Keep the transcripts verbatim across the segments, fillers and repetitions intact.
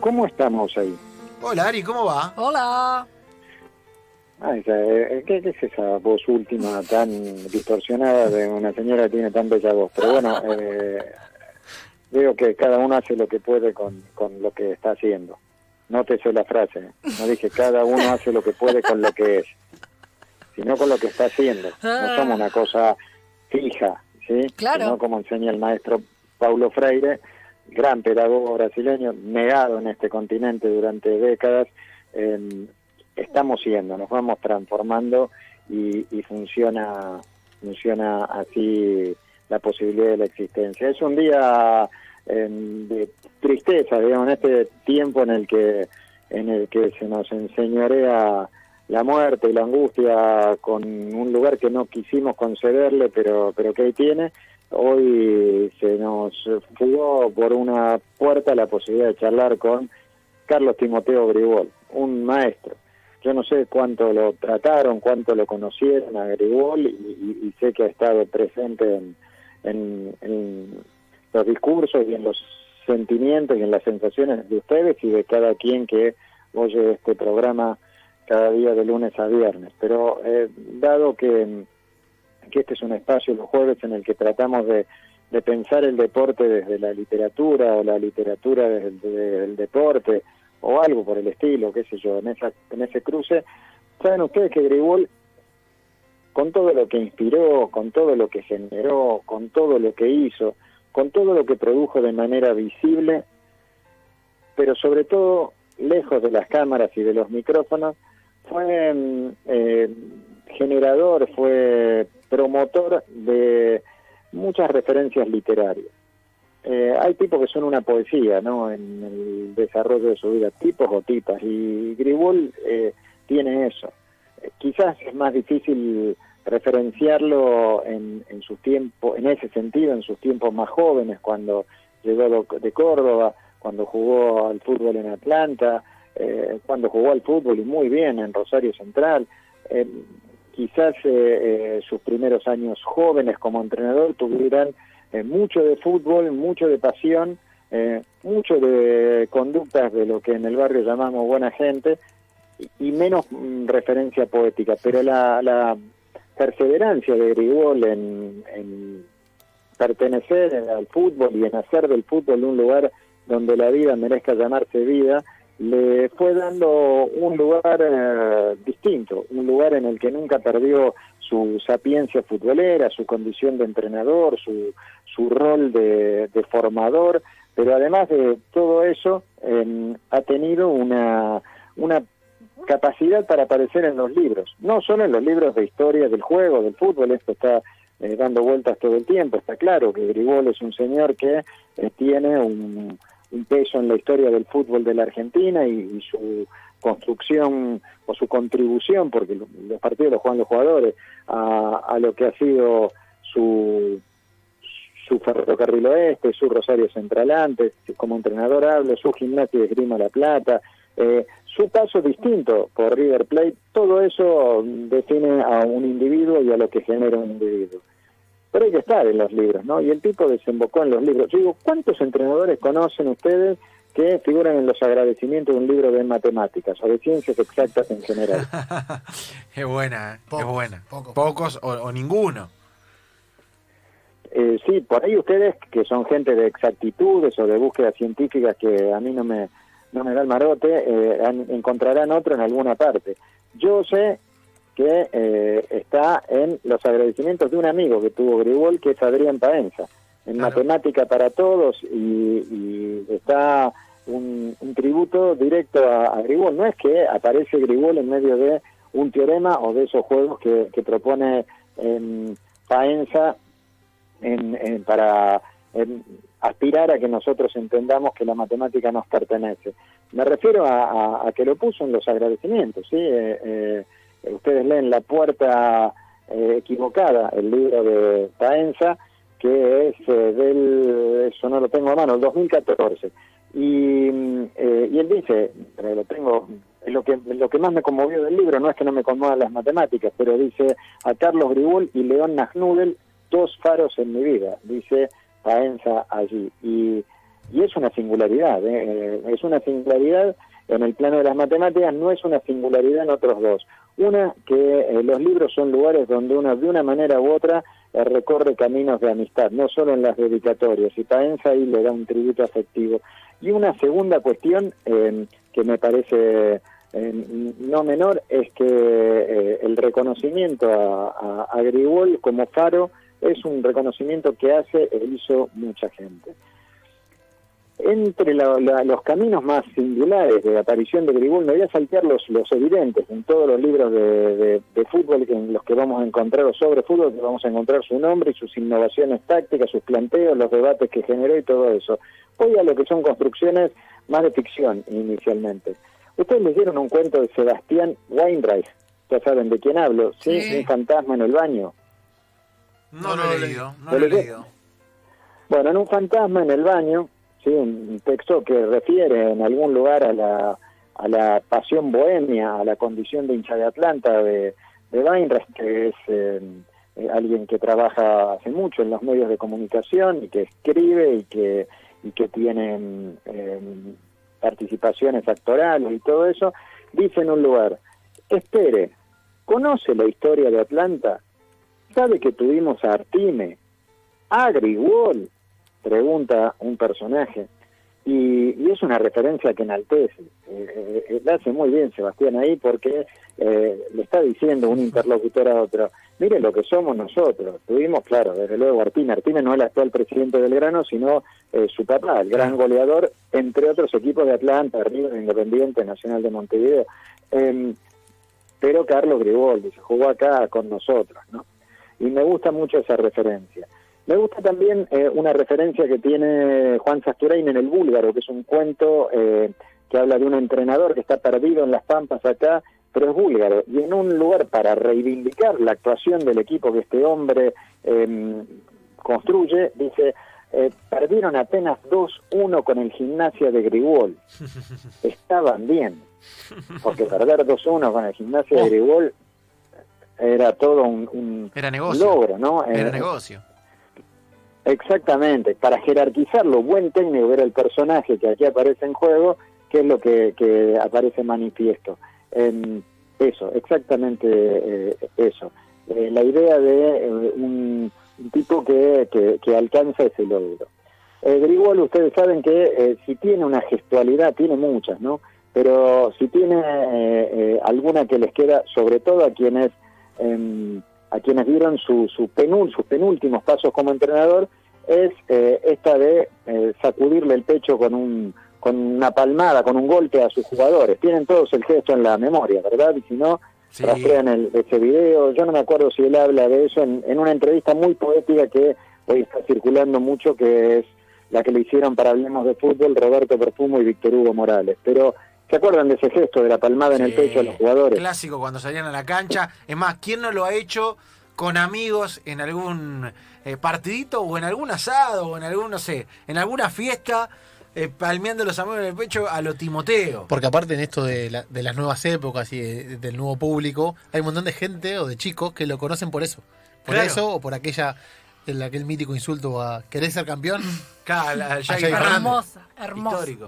¿Cómo estamos ahí? Hola, Ari, ¿cómo va? Hola. Ah, esa, eh, ¿qué, ¿Qué es esa voz última tan distorsionada de una señora que tiene tan bella voz? Pero bueno, eh, veo que cada uno hace lo que puede con, con lo que está haciendo. Nótese la frase, no dije cada uno hace lo que puede con lo que es, sino con lo que está haciendo. No somos una cosa fija, ¿sí? Claro. Sino como enseña el maestro Paulo Freire, gran pedagogo brasileño, negado en este continente durante décadas. eh, estamos siendo, nos vamos transformando y, y funciona funciona así la posibilidad de la existencia. Es un día eh, de tristeza, digamos, en este tiempo en el que en el que se nos enseñorea la muerte y la angustia con un lugar que no quisimos concederle, pero pero que ahí tiene. Hoy se nos fugó por una puerta la posibilidad de charlar con Carlos Timoteo Gribol, un maestro. Yo no sé cuánto lo trataron, cuánto lo conocieron a Gribol, y, y, y sé que ha estado presente en, en, en los discursos y en los sentimientos y en las sensaciones de ustedes y de cada quien que oye este programa cada día de lunes a viernes. Pero eh, dado que, que este es un espacio los jueves en el que tratamos de, de pensar el deporte desde la literatura o la literatura desde el, desde el deporte, o algo por el estilo, qué sé yo, en esa en ese cruce, saben ustedes que Gribol, con todo lo que inspiró, con todo lo que generó, con todo lo que hizo, con todo lo que produjo de manera visible, pero sobre todo lejos de las cámaras y de los micrófonos, fue eh, generador, fue promotor de muchas referencias literarias. Eh, hay tipos que son una poesía, ¿no?, en el desarrollo de su vida, tipos o tipas, y Gribol eh, tiene eso. Eh, quizás es más difícil referenciarlo en, en sus tiempos, en ese sentido, en sus tiempos más jóvenes, cuando llegó de Córdoba, cuando jugó al fútbol en Atlanta, eh, cuando jugó al fútbol y muy bien en Rosario Central. Eh, quizás eh, eh, sus primeros años jóvenes como entrenador tuvieran Eh, mucho de fútbol, mucho de pasión, eh, mucho de conductas de lo que en el barrio llamamos buena gente y, y menos mm, referencia poética, pero la, la perseverancia de Gribol en, en pertenecer al fútbol y en hacer del fútbol un lugar donde la vida merezca llamarse vida, le fue dando un lugar eh, distinto, un lugar en el que nunca perdió su sapiencia futbolera, su condición de entrenador, su, su rol de, de formador, pero además de todo eso, eh, ha tenido una, una capacidad para aparecer en los libros, no solo en los libros de historia del juego, del fútbol. Esto está eh, dando vueltas todo el tiempo. Está claro que Gribol es un señor que eh, tiene un, un peso en la historia del fútbol de la Argentina, y, y su construcción o su contribución, porque los partidos los juegan los jugadores, a, a lo que ha sido su su Ferrocarril Oeste, su Rosario Central antes, como entrenador hablo, su Gimnasia de Esgrima La Plata, eh, su paso distinto por River Plate, todo eso define a un individuo y a lo que genera un individuo. Pero hay que estar en los libros, ¿no? Y el tipo desembocó en los libros. Yo digo, ¿cuántos entrenadores conocen ustedes que figuran en los agradecimientos de un libro de matemáticas o de ciencias exactas en general? Es buena, Pocos, es buena. pocos. Pocos o, o ninguno. Eh, sí, por ahí ustedes, que son gente de exactitudes o de búsquedas científicas que a mí no me no me da el marote, eh, han, encontrarán otro en alguna parte. Yo sé que eh, está en los agradecimientos de un amigo que tuvo Gribol, que es Adrián Paenza, en Claro. Matemática para Todos, y, y está un, un tributo directo a, a Gribol. No es que aparece Gribol en medio de un teorema o de esos juegos que, que propone eh, Paenza en, en, para en, aspirar a que nosotros entendamos que la matemática nos pertenece. Me refiero a, a, a que lo puso en los agradecimientos, ¿sí? Eh, eh, ustedes leen La Puerta eh, Equivocada, el libro de Paenza, que es eh, del, eso no lo tengo a mano, el dos mil catorce. Y, eh, y él dice, pero lo tengo, lo que, lo que más me conmovió del libro no es que no me conmuevan las matemáticas, pero dice, a Carlos Gribol y León Nagnudel, dos faros en mi vida, dice Paenza allí. Y, y es es una singularidad, ¿eh? es una singularidad en el plano de las matemáticas, no es una singularidad en otros dos. Una, que eh, los libros son lugares donde uno de una manera u otra eh, recorre caminos de amistad, no solo en las dedicatorias, y Paenza ahí le da un tributo afectivo. Y una segunda cuestión eh, que me parece eh, no menor es que eh, el reconocimiento a, a, a Grigol como faro es un reconocimiento que hace e hizo mucha gente. Entre la, la, los caminos más singulares de aparición de Grigol, me voy a saltear los, los evidentes en todos los libros de, de, de fútbol en los que vamos a encontrar, o sobre fútbol, que vamos a encontrar su nombre y sus innovaciones tácticas, sus planteos, los debates que generó y todo eso. Voy a lo que son construcciones más de ficción inicialmente. Ustedes leyeron un cuento de Sebastián Weinreich, ya saben de quién hablo, ¿sí? ¿Sí? Un fantasma en el baño. No, no lo he leído, no lo he leído. Bueno, en Un fantasma en el baño, sí, un texto que refiere en algún lugar a la a la pasión bohemia, a la condición de hincha de Atlanta de, de Weinreich, que es eh, eh, alguien que trabaja hace mucho en los medios de comunicación y que escribe y que y que tiene eh, participaciones actorales y todo eso, dice en un lugar: espere, ¿conoce la historia de Atlanta? ¿Sabe que tuvimos a Artime? ¿A Grigol? Pregunta un personaje. Y, y es una referencia que enaltece. Eh, eh, la hace muy bien Sebastián ahí, porque eh, le está diciendo un interlocutor a otro: mire lo que somos nosotros. Tuvimos, claro, desde luego Artime. Artime no es el actual presidente de Belgrano, sino eh, su papá, el gran goleador, entre otros equipos de Atlanta, River, Independiente, Nacional de Montevideo. Eh, pero Carlos Grigol se jugó acá con nosotros, ¿no? Y me gusta mucho esa referencia. Me gusta también eh, una referencia que tiene Juan Sasturain en El Búlgaro, que es un cuento eh, que habla de un entrenador que está perdido en las pampas acá, pero es búlgaro, y en un lugar para reivindicar la actuación del equipo que este hombre eh, construye, dice: eh, perdieron apenas dos uno con el Gimnasia de Grigol. Estaban bien, porque perder dos uno con el Gimnasia de Grigol era todo un, un era negocio, logro, ¿no? Era eh, negocio. Exactamente, para jerarquizarlo, buen técnico era el personaje que aquí aparece en juego, que es lo que, que aparece manifiesto. Eh, eso, exactamente eh, eso. Eh, la idea de eh, un, un tipo que, que, que alcanza ese logro. Eh, Grigol, ustedes saben que eh, si tiene una gestualidad, tiene muchas, ¿no? Pero si tiene eh, eh, alguna que les queda, sobre todo a quienes... Eh, a quienes dieron su, su penul, sus penúltimos pasos como entrenador, es eh, esta de eh, sacudirle el pecho con un con una palmada, con un golpe a sus jugadores. Tienen todos el gesto en la memoria, ¿verdad? Y si no, sí, rastrean el, ese video. Yo no me acuerdo si él habla de eso en, en una entrevista muy poética que hoy está circulando mucho, que es la que le hicieron para Hablemos de Fútbol Roberto Perfumo y Víctor Hugo Morales. Pero ¿se acuerdan de ese gesto de la palmada sí, en el pecho a los jugadores? Clásico cuando salían a la cancha. Es más, ¿quién no lo ha hecho con amigos en algún eh, partidito o en algún asado o en algún, no sé, en alguna fiesta, eh, palmeando los amigos en el pecho a lo Timoteo? Porque aparte en esto de, la, de las nuevas épocas y de, del nuevo público, hay un montón de gente o de chicos que lo conocen por eso. Por claro. eso o por aquella el, aquel mítico insulto a ¿querés ser campeón? Claro, la, la, hermosa, hermosa. Histórico.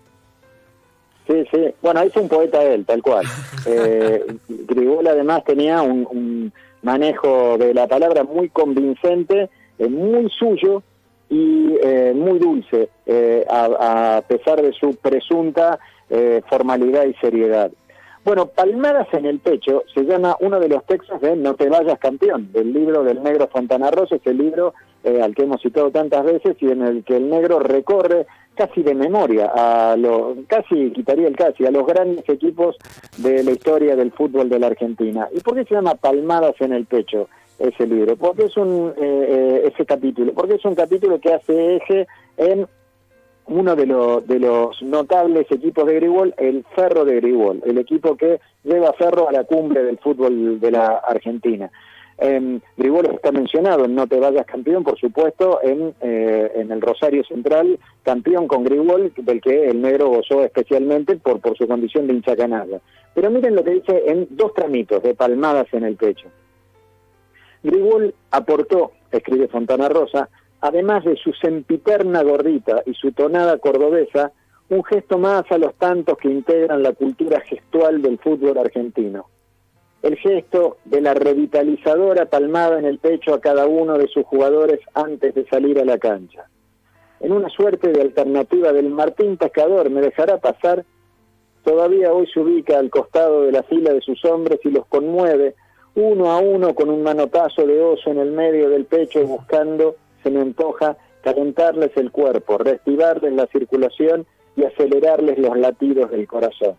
Sí, sí. Bueno, ahí fue un poeta él, tal cual. Eh, Grigol además tenía un, un manejo de la palabra muy convincente, eh, muy suyo y eh, muy dulce, eh, a, a pesar de su presunta eh, formalidad y seriedad. Bueno, Palmadas en el pecho se llama uno de los textos de No te vayas campeón, del libro del negro Fontana Rosa, ese libro eh, al que hemos citado tantas veces y en el que el negro recorre casi de memoria, a lo, casi quitaría el casi, a los grandes equipos de la historia del fútbol de la Argentina. ¿Y por qué se llama Palmadas en el pecho ese libro? Porque es un eh, ese capítulo, porque es un capítulo que hace eje en uno de, lo, de los notables equipos de Grigol, el Ferro de Grigol, el equipo que lleva a Ferro a la cumbre del fútbol de la Argentina. Eh, Grigol está mencionado en No te vayas campeón, por supuesto, en, eh, en el Rosario Central, campeón con Grigol, del que el negro gozó especialmente por, por su condición de hincha canalla. Pero miren lo que dice en dos tramitos de Palmadas en el pecho. Grigol aportó, escribe Fontana Rosa, además de su sempiterna gordita y su tonada cordobesa, un gesto más a los tantos que integran la cultura gestual del fútbol argentino. El gesto de la revitalizadora palmada en el pecho a cada uno de sus jugadores antes de salir a la cancha. En una suerte de alternativa del Martín Pescador, me dejará pasar, todavía hoy se ubica al costado de la fila de sus hombres y los conmueve, uno a uno con un manotazo de oso en el medio del pecho, buscando, se me antoja, calentarles el cuerpo, reactivarles la circulación y acelerarles los latidos del corazón.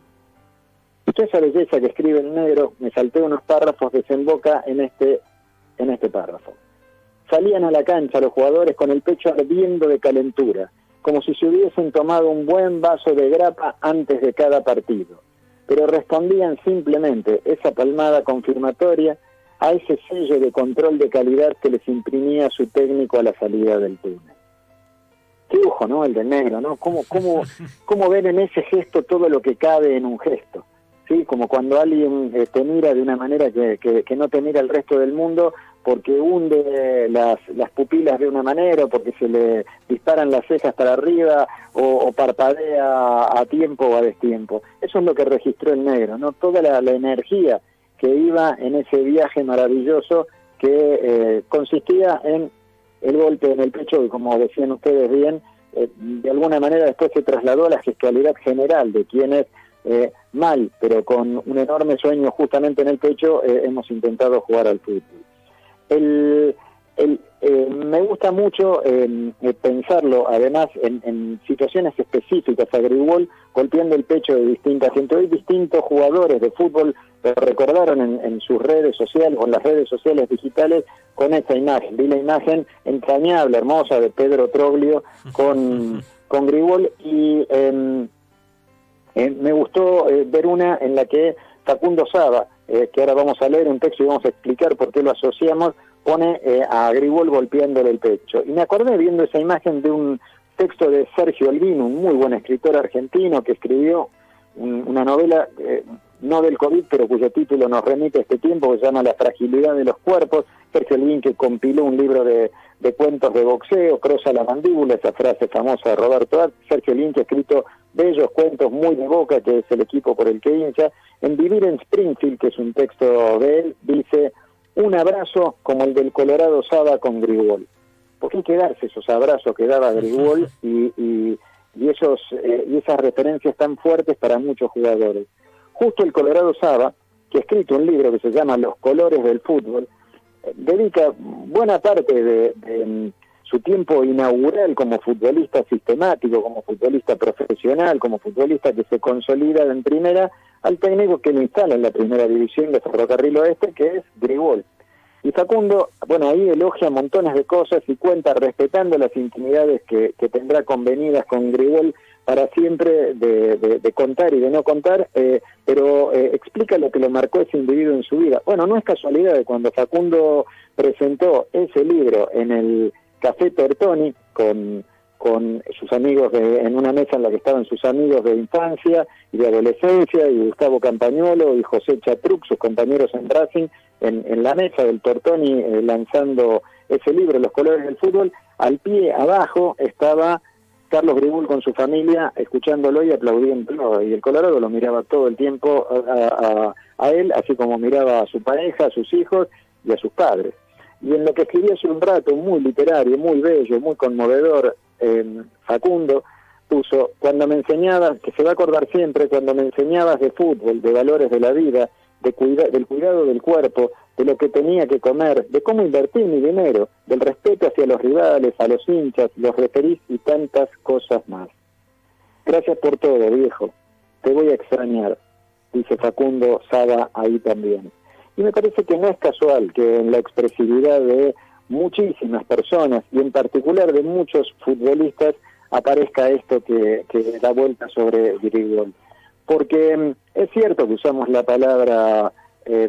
Y toda esa belleza que escribe el negro, me salté unos párrafos, desemboca en este, en este párrafo. Salían a la cancha los jugadores con el pecho ardiendo de calentura, como si se hubiesen tomado un buen vaso de grapa antes de cada partido, pero respondían simplemente esa palmada confirmatoria a ese sello de control de calidad que les imprimía su técnico a la salida del túnel. Qué ojo, ¿no? El del negro, ¿no? ¿Cómo, cómo, cómo ven en ese gesto todo lo que cabe en un gesto? ¿Sí? Como cuando alguien eh, te mira de una manera que, que, que no te mira el resto del mundo porque hunde las, las pupilas de una manera, o porque se le disparan las cejas para arriba, o, o parpadea a tiempo o a destiempo. Eso es lo que registró el negro, ¿no? Toda la, la energía que iba en ese viaje maravilloso que eh, consistía en el golpe en el pecho, y como decían ustedes bien, eh, de alguna manera después se trasladó a la gestualidad general de quienes eh, mal, pero con un enorme sueño justamente en el pecho, eh, hemos intentado jugar al fútbol. El, el, eh, me gusta mucho eh, eh, pensarlo, además, en, en situaciones específicas, a Grigol golpeando el pecho de distinta gente. Hoy distintos jugadores de fútbol lo recordaron en, en sus redes sociales, o en las redes sociales digitales, con esa imagen. Vi la imagen entrañable, hermosa, de Pedro Troglio con, con Grigol, y eh, eh, me gustó eh, ver una en la que Facundo Saba, eh, que ahora vamos a leer un texto y vamos a explicar por qué lo asociamos, pone eh, a Grigol golpeándole el pecho. Y me acordé viendo esa imagen de un texto de Sergio Olguín, un muy buen escritor argentino que escribió un, una novela, eh, no del COVID, pero cuyo título nos remite a este tiempo, que se llama La fragilidad de los cuerpos. Sergio Olguín, que compiló un libro de, de cuentos de boxeo, Crosa la mandíbula, esa frase famosa de Roberto Art. Sergio Olguín, que ha escrito bellos cuentos muy de Boca, que es el equipo por el que hincha. En Vivir en Springfield, que es un texto de él, dice: un abrazo como el del Colorado Saba con Grigol. Porque hay que darse esos abrazos que daba Grigol y, y, y, esos, eh, y esas referencias tan fuertes para muchos jugadores. Justo el Colorado Saba, que ha escrito un libro que se llama Los colores del fútbol, eh, dedica buena parte de, de su tiempo inaugural como futbolista sistemático, como futbolista profesional, como futbolista que se consolida en primera, al técnico que lo instala en la primera división de Ferrocarril Oeste, que es Grigol. Y Facundo, bueno, ahí elogia montones de cosas y cuenta, respetando las intimidades que, que tendrá convenidas con Grigol para siempre de, de, de contar y de no contar, eh, pero eh, explica lo que lo marcó ese individuo en su vida. Bueno, no es casualidad de cuando Facundo presentó ese libro en el Café Tortoni con, con sus amigos, de, en una mesa en la que estaban sus amigos de infancia y de adolescencia, y Gustavo Campagnolo y José Chatruc, sus compañeros en Racing, en, en la mesa del Tortoni, eh, lanzando ese libro, Los colores del fútbol. Al pie, abajo, estaba Carlos Grigol con su familia, escuchándolo y aplaudiéndolo, y el Colorado lo miraba todo el tiempo a, a, a él, así como miraba a su pareja, a sus hijos y a sus padres. Y en lo que escribí hace un rato, muy literario, muy bello, muy conmovedor, eh, Facundo puso: cuando me enseñabas, que se va a acordar siempre, cuando me enseñabas de fútbol, de valores de la vida, de cuida, del cuidado del cuerpo, de lo que tenía que comer, de cómo invertir mi dinero, del respeto hacia los rivales, a los hinchas, los referís y tantas cosas más. Gracias por todo, viejo. Te voy a extrañar, dice Facundo Saba ahí también. Y me parece que no es casual que en la expresividad de muchísimas personas, y en particular de muchos futbolistas, aparezca esto que, que da vuelta sobre Grigol. Porque es cierto que usamos la palabra eh,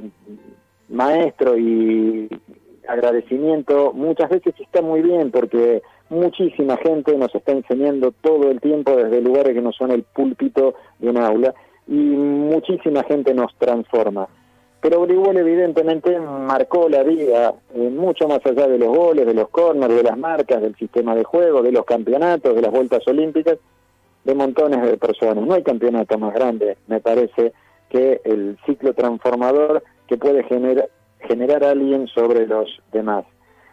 maestro y agradecimiento, muchas veces está muy bien, porque muchísima gente nos está enseñando todo el tiempo desde lugares que no son el púlpito de un aula, y muchísima gente nos transforma. pero Grigol evidentemente marcó la vida, eh, mucho más allá de los goles, de los córneres, de las marcas, del sistema de juego, de los campeonatos, de las vueltas olímpicas, de montones de personas. No hay campeonato más grande, me parece, que el ciclo transformador que puede generar, generar a alguien sobre los demás.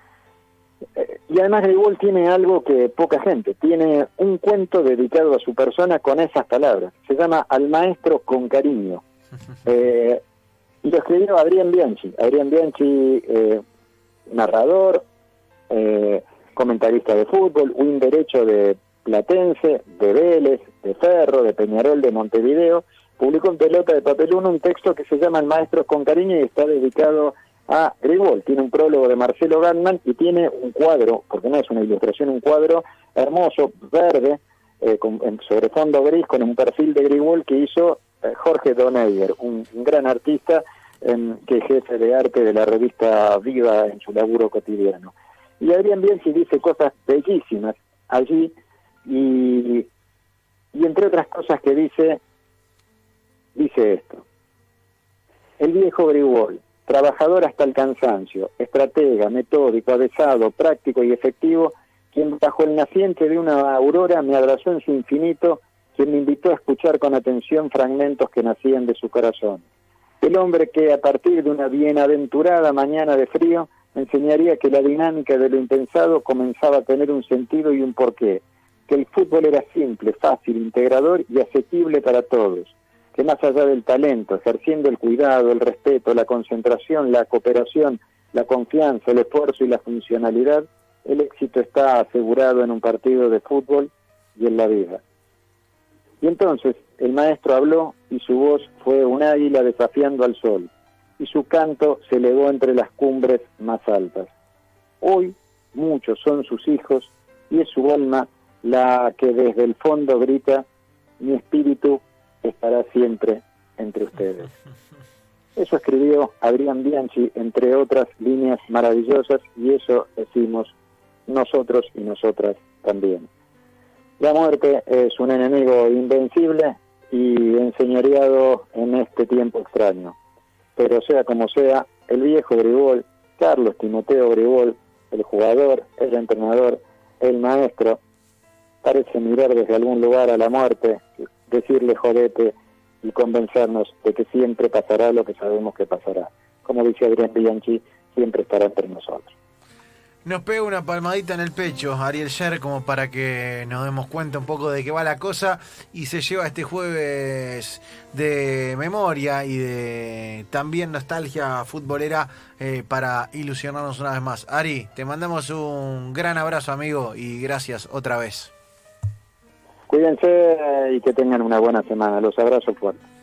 Eh, y además Grigol tiene algo que poca gente, tiene un cuento dedicado a su persona con esas palabras. Se llama Al maestro con cariño. Eh, y lo escribió Adrián Bianchi. Adrián Bianchi, eh, narrador, eh, comentarista de fútbol, win derecho de Platense, de Vélez, de Ferro, de Peñarol, de Montevideo. Publicó en Pelota de Papel uno un texto que se llama El maestro con cariño y está dedicado a Grigol. Tiene un prólogo de Marcelo Gatman y tiene un cuadro, porque no es una ilustración, un cuadro hermoso, verde, eh, con, en, sobre fondo gris, con un perfil de Grigol que hizo eh, Jorge Donegger, un, un gran artista eh, que es jefe de arte de la revista Viva en su laburo cotidiano. Y Adrián Bielsi dice cosas bellísimas allí y, y entre otras cosas que dice, dice esto: el viejo Grigol, trabajador hasta el cansancio, estratega, metódico, avesado, práctico y efectivo, quien bajo el naciente de una aurora me abrazó en su infinito, quien me invitó a escuchar con atención fragmentos que nacían de su corazón. El hombre que a partir de una bienaventurada mañana de frío me enseñaría que la dinámica de lo impensado comenzaba a tener un sentido y un porqué, que el fútbol era simple, fácil, integrador y asequible para todos, que más allá del talento, ejerciendo el cuidado, el respeto, la concentración, la cooperación, la confianza, el esfuerzo y la funcionalidad, el éxito está asegurado en un partido de fútbol y en la vida. Y entonces el maestro habló y su voz fue un águila desafiando al sol, y su canto se elevó entre las cumbres más altas. Hoy muchos son sus hijos y es su alma la que desde el fondo grita: mi espíritu estará siempre entre ustedes. Eso escribió Adrián Bianchi, entre otras líneas maravillosas, y eso decimos nosotros y nosotras también. La muerte es un enemigo invencible y enseñoreado en este tiempo extraño. Pero sea como sea, el viejo Grigol, Carlos Timoteo Grigol, el jugador, el entrenador, el maestro, parece mirar desde algún lugar a la muerte, decirle jodete y convencernos de que siempre pasará lo que sabemos que pasará. Como dice Adrián Bianchi, siempre estará entre nosotros. Nos pega una palmadita en el pecho Ariel Sher como para que nos demos cuenta un poco de qué va la cosa, y se lleva este jueves de memoria y de también nostalgia futbolera eh, para ilusionarnos una vez más. Ari, te mandamos un gran abrazo, amigo, y gracias otra vez. Cuídense y que tengan una buena semana. Los abrazo fuerte.